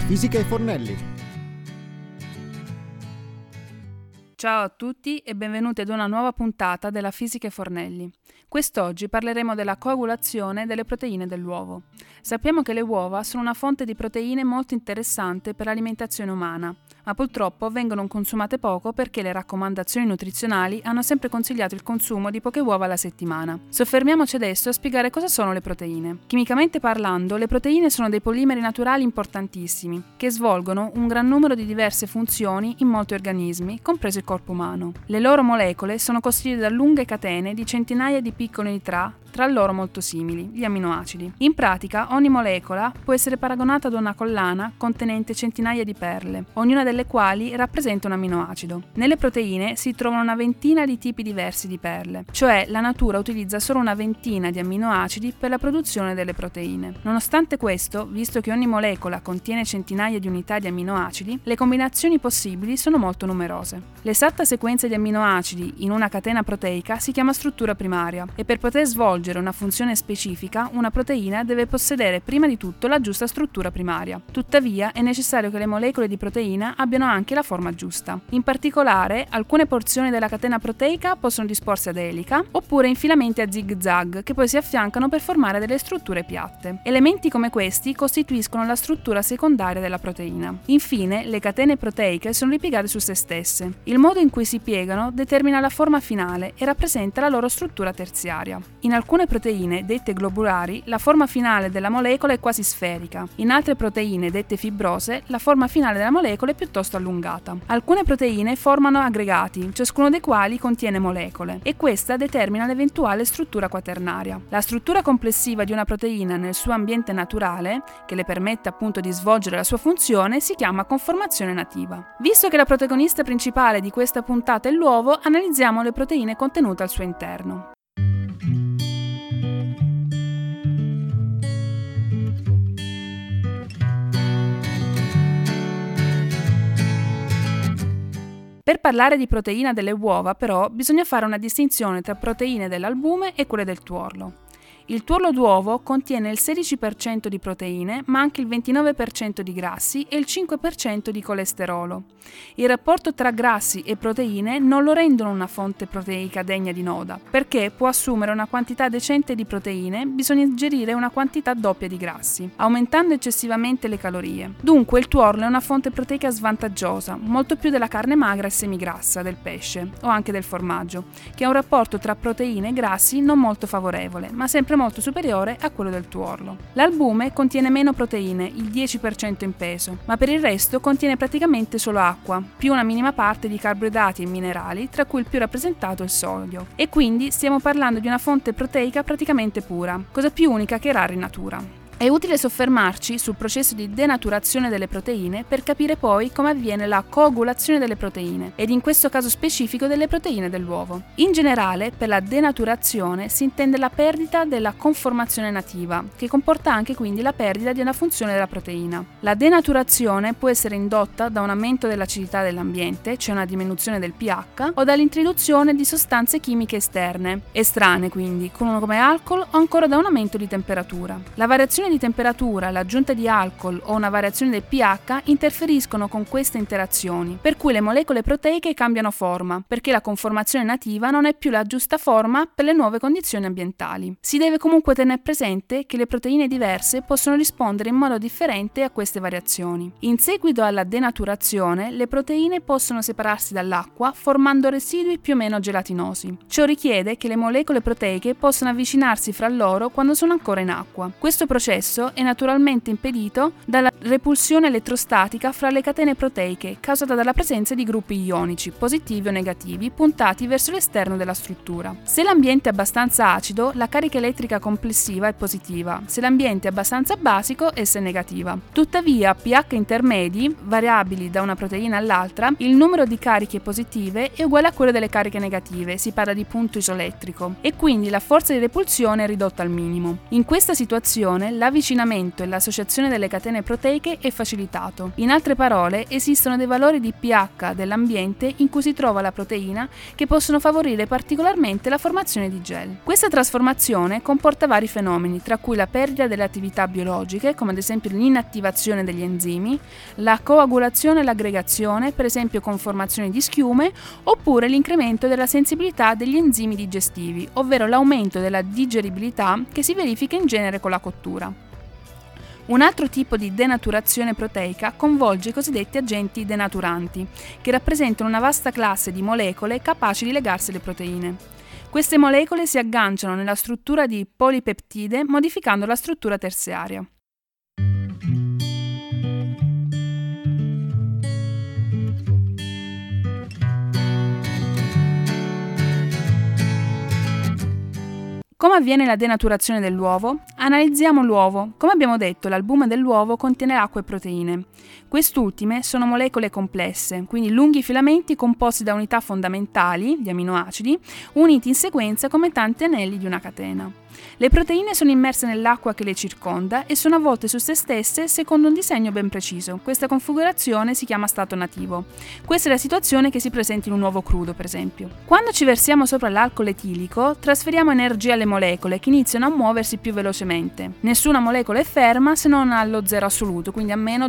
Fisica ai Fornelli. Ciao a tutti e benvenuti ad una nuova puntata della Fisica ai Fornelli. Quest'oggi parleremo della coagulazione delle proteine dell'uovo. Sappiamo che le uova sono una fonte di proteine molto interessante per l'alimentazione umana, ma purtroppo vengono consumate poco perché le raccomandazioni nutrizionali hanno sempre consigliato il consumo di poche uova alla settimana. Soffermiamoci adesso a spiegare cosa sono le proteine. Chimicamente parlando, le proteine sono dei polimeri naturali importantissimi, che svolgono un gran numero di diverse funzioni in molti organismi, compreso il corpo umano. Le loro molecole sono costituite da lunghe catene di centinaia di piccoli nitrati tra loro molto simili, gli amminoacidi. In pratica, ogni molecola può essere paragonata ad una collana contenente centinaia di perle, ognuna delle quali rappresenta un amminoacido. Nelle proteine si trovano una ventina di tipi diversi di perle, cioè la natura utilizza solo una ventina di amminoacidi per la produzione delle proteine. Nonostante questo, visto che ogni molecola contiene centinaia di unità di amminoacidi, le combinazioni possibili sono molto numerose. L'esatta sequenza di amminoacidi in una catena proteica si chiama struttura primaria e per poter svolgere una funzione specifica, una proteina deve possedere prima di tutto la giusta struttura primaria. Tuttavia, è necessario che le molecole di proteina abbiano anche la forma giusta. In particolare, alcune porzioni della catena proteica possono disporsi ad elica oppure in filamenti a zig-zag che poi si affiancano per formare delle strutture piatte. Elementi come questi costituiscono la struttura secondaria della proteina. Infine, le catene proteiche sono ripiegate su se stesse. Il modo in cui si piegano determina la forma finale e rappresenta la loro struttura terziaria. In alcune proteine, dette globulari, la forma finale della molecola è quasi sferica. In altre proteine, dette fibrose, la forma finale della molecola è piuttosto allungata. Alcune proteine formano aggregati, ciascuno dei quali contiene molecole, e questa determina l'eventuale struttura quaternaria. La struttura complessiva di una proteina nel suo ambiente naturale, che le permette appunto di svolgere la sua funzione, si chiama conformazione nativa. Visto che la protagonista principale di questa puntata è l'uovo, analizziamo le proteine contenute al suo interno. Per parlare di proteina delle uova, però, bisogna fare una distinzione tra proteine dell'albume e quelle del tuorlo. Il tuorlo d'uovo contiene il 16% di proteine, ma anche il 29% di grassi e il 5% di colesterolo. Il rapporto tra grassi e proteine non lo rendono una fonte proteica degna di nota, perché può assumere una quantità decente di proteine, bisogna ingerire una quantità doppia di grassi, aumentando eccessivamente le calorie. Dunque il tuorlo è una fonte proteica svantaggiosa, molto più della carne magra e semigrassa del pesce o anche del formaggio, che ha un rapporto tra proteine e grassi non molto favorevole, ma sempre molto superiore a quello del tuorlo. L'albume contiene meno proteine, il 10% in peso, ma per il resto contiene praticamente solo acqua, più una minima parte di carboidrati e minerali, tra cui il più rappresentato è il sodio. E quindi stiamo parlando di una fonte proteica praticamente pura, cosa più unica che rara in natura. È utile soffermarci sul processo di denaturazione delle proteine per capire poi come avviene la coagulazione delle proteine, ed in questo caso specifico delle proteine dell'uovo. In generale, per la denaturazione si intende la perdita della conformazione nativa, che comporta anche quindi la perdita di una funzione della proteina. La denaturazione può essere indotta da un aumento dell'acidità dell'ambiente, cioè una diminuzione del pH, o dall'introduzione di sostanze chimiche estranee quindi, come alcol o ancora da un aumento di temperatura. La variazione di temperatura, l'aggiunta di alcol o una variazione del pH interferiscono con queste interazioni, per cui le molecole proteiche cambiano forma, perché la conformazione nativa non è più la giusta forma per le nuove condizioni ambientali. Si deve comunque tenere presente che le proteine diverse possono rispondere in modo differente a queste variazioni. In seguito alla denaturazione, le proteine possono separarsi dall'acqua formando residui più o meno gelatinosi. Ciò richiede che le molecole proteiche possano avvicinarsi fra loro quando sono ancora in acqua. Questo processo è naturalmente impedito dalla repulsione elettrostatica fra le catene proteiche causata dalla presenza di gruppi ionici, positivi o negativi, puntati verso l'esterno della struttura. Se l'ambiente è abbastanza acido, la carica elettrica complessiva è positiva, se l'ambiente è abbastanza basico, essa è negativa. Tuttavia, a pH intermedi, variabili da una proteina all'altra, il numero di cariche positive è uguale a quello delle cariche negative, si parla di punto isoelettrico, e quindi la forza di repulsione è ridotta al minimo. In questa situazione, l'avvicinamento e l'associazione delle catene proteiche è facilitato. In altre parole, esistono dei valori di pH dell'ambiente in cui si trova la proteina che possono favorire particolarmente la formazione di gel. Questa trasformazione comporta vari fenomeni, tra cui la perdita delle attività biologiche, come ad esempio l'inattivazione degli enzimi, la coagulazione e l'aggregazione, per esempio con formazione di schiume, oppure l'incremento della sensibilità degli enzimi digestivi, ovvero l'aumento della digeribilità che si verifica in genere con la cottura. Un altro tipo di denaturazione proteica coinvolge i cosiddetti agenti denaturanti, che rappresentano una vasta classe di molecole capaci di legarsi alle proteine. Queste molecole si agganciano nella struttura di polipeptide modificando la struttura terziaria. Come avviene la denaturazione dell'uovo? Analizziamo l'uovo. Come abbiamo detto, l'albume dell'uovo contiene acqua e proteine. Quest'ultime sono molecole complesse, quindi lunghi filamenti composti da unità fondamentali, gli aminoacidi, uniti in sequenza come tanti anelli di una catena. Le proteine sono immerse nell'acqua che le circonda e sono avvolte su se stesse secondo un disegno ben preciso. Questa configurazione si chiama stato nativo. Questa è la situazione che si presenta in un uovo crudo, per esempio. Quando ci versiamo sopra l'alcol etilico, trasferiamo energia alle molecole che iniziano a muoversi più velocemente. Nessuna molecola è ferma se non allo zero assoluto, quindi a meno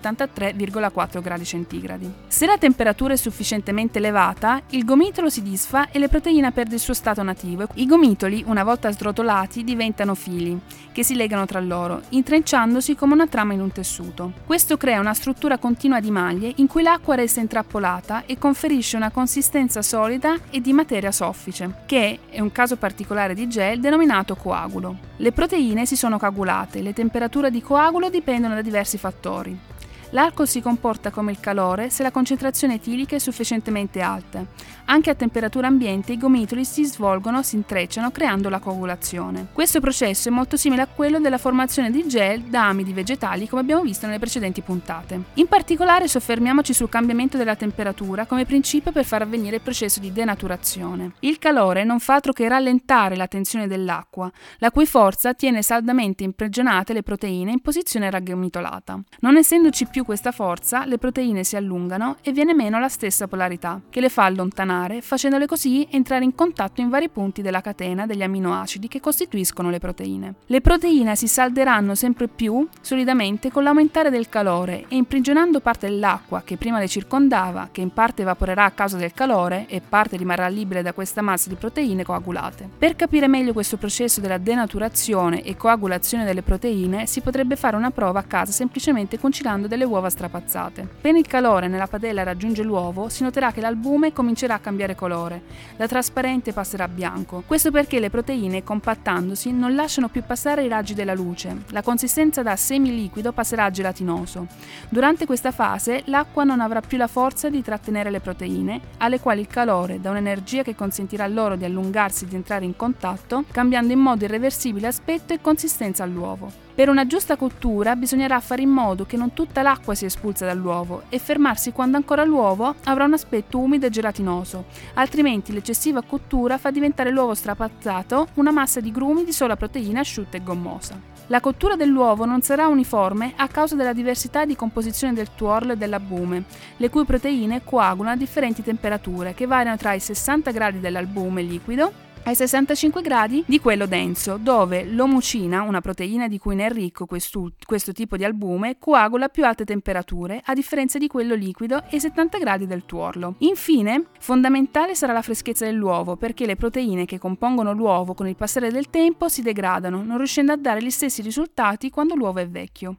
273,4 gradi centigradi. Se la temperatura è sufficientemente elevata, il gomitolo si disfa e la proteina perde il suo stato nativo. I gomitoli, una volta srotolati, diventano fili che si legano tra loro, intrecciandosi come una trama in un tessuto. Questo crea una struttura continua di maglie in cui l'acqua resta intrappolata e conferisce una consistenza solida e di materia soffice, che è un caso particolare di gel denominato coagulo. Le proteine si sono coagulate, le temperature di coagulo dipendono da diversi fattori. L'alcol si comporta come il calore se la concentrazione etilica è sufficientemente alta. Anche a temperatura ambiente i gomitoli si svolgono, si intrecciano creando la coagulazione. Questo processo è molto simile a quello della formazione di gel da amidi vegetali come abbiamo visto nelle precedenti puntate. In particolare soffermiamoci sul cambiamento della temperatura come principio per far avvenire il processo di denaturazione. Il calore non fa altro che rallentare la tensione dell'acqua, la cui forza tiene saldamente imprigionate le proteine in posizione raggomitolata. Non essendoci più questa forza, le proteine si allungano e viene meno la stessa polarità, che le fa allontanare, facendole così entrare in contatto in vari punti della catena degli aminoacidi che costituiscono le proteine. Le proteine si salderanno sempre più solidamente con l'aumentare del calore e imprigionando parte dell'acqua che prima le circondava, che in parte evaporerà a causa del calore e parte rimarrà libera da questa massa di proteine coagulate. Per capire meglio questo processo della denaturazione e coagulazione delle proteine, si potrebbe fare una prova a casa semplicemente concilando delle uova strapazzate. Appena il calore nella padella raggiunge l'uovo, si noterà che l'albume comincerà a cambiare colore. Da trasparente passerà a bianco. Questo perché le proteine, compattandosi, non lasciano più passare i raggi della luce. La consistenza da semiliquido passerà a gelatinoso. Durante questa fase, l'acqua non avrà più la forza di trattenere le proteine, alle quali il calore dà un'energia che consentirà loro di allungarsi e di entrare in contatto, cambiando in modo irreversibile aspetto e consistenza all'uovo. Per una giusta cottura bisognerà fare in modo che non tutta l'acqua sia espulsa dall'uovo e fermarsi quando ancora l'uovo avrà un aspetto umido e gelatinoso, altrimenti l'eccessiva cottura fa diventare l'uovo strapazzato una massa di grumi di sola proteina asciutta e gommosa. La cottura dell'uovo non sarà uniforme a causa della diversità di composizione del tuorlo e dell'albume, le cui proteine coagulano a differenti temperature che variano tra i 60 gradi dell'albume liquido ai 65 gradi di quello denso, dove l'omucina, una proteina di cui ne è ricco questo tipo di albume, coagula a più alte temperature, a differenza di quello liquido ai 70 gradi del tuorlo. Infine, fondamentale sarà la freschezza dell'uovo, perché le proteine che compongono l'uovo con il passare del tempo si degradano, non riuscendo a dare gli stessi risultati quando l'uovo è vecchio.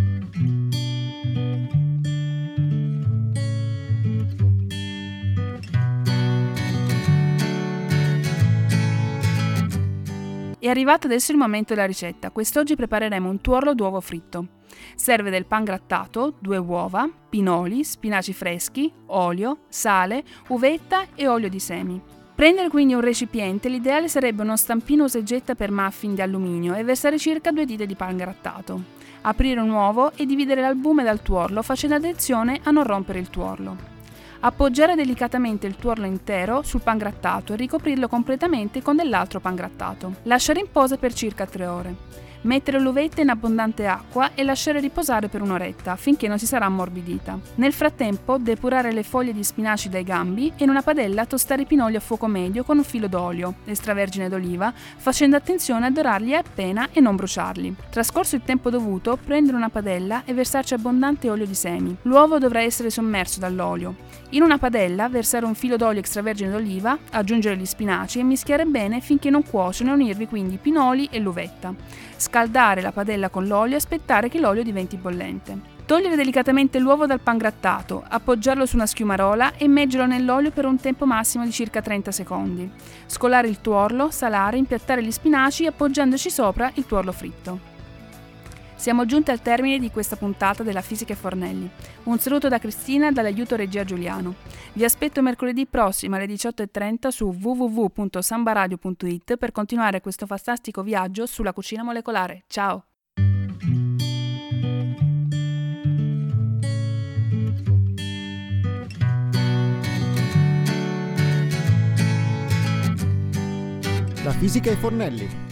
È arrivato adesso il momento della ricetta. Quest'oggi prepareremo un tuorlo d'uovo fritto. Serve del pan grattato, 2 uova, pinoli, spinaci freschi, olio, sale, uvetta e olio di semi. Prendere quindi un recipiente, l'ideale sarebbe uno stampino useggetta per muffin di alluminio e versare circa 2 dita di pan grattato. Aprire un uovo e dividere l'albume dal tuorlo facendo attenzione a non rompere il tuorlo. Appoggiare delicatamente il tuorlo intero sul pan grattato e ricoprirlo completamente con dell'altro pan grattato. Lasciare in posa per circa 3 ore. Mettere l'uvetta in abbondante acqua e lasciare riposare per un'oretta finché non si sarà ammorbidita. Nel frattempo depurare le foglie di spinaci dai gambi e in una padella tostare i pinoli a fuoco medio con un filo d'olio, extravergine d'oliva, facendo attenzione a dorarli appena e non bruciarli. Trascorso il tempo dovuto, prendere una padella e versarci abbondante olio di semi. L'uovo dovrà essere sommerso dall'olio. In una padella versare un filo d'olio extravergine d'oliva, aggiungere gli spinaci e mischiare bene finché non cuociono e unirvi quindi i pinoli e l'uvetta. Scaldare la padella con l'olio e aspettare che l'olio diventi bollente. Togliere delicatamente l'uovo dal pangrattato, appoggiarlo su una schiumarola e immergerlo nell'olio per un tempo massimo di circa 30 secondi. Scolare il tuorlo, salare, impiattare gli spinaci appoggiandoci sopra il tuorlo fritto. Siamo giunti al termine di questa puntata della Fisica e Fornelli. Un saluto da Cristina e dall'aiuto regia Giuliano. Vi aspetto mercoledì prossimo alle 18:30 su www.sambaradio.it per continuare questo fantastico viaggio sulla cucina molecolare. Ciao! La Fisica e Fornelli.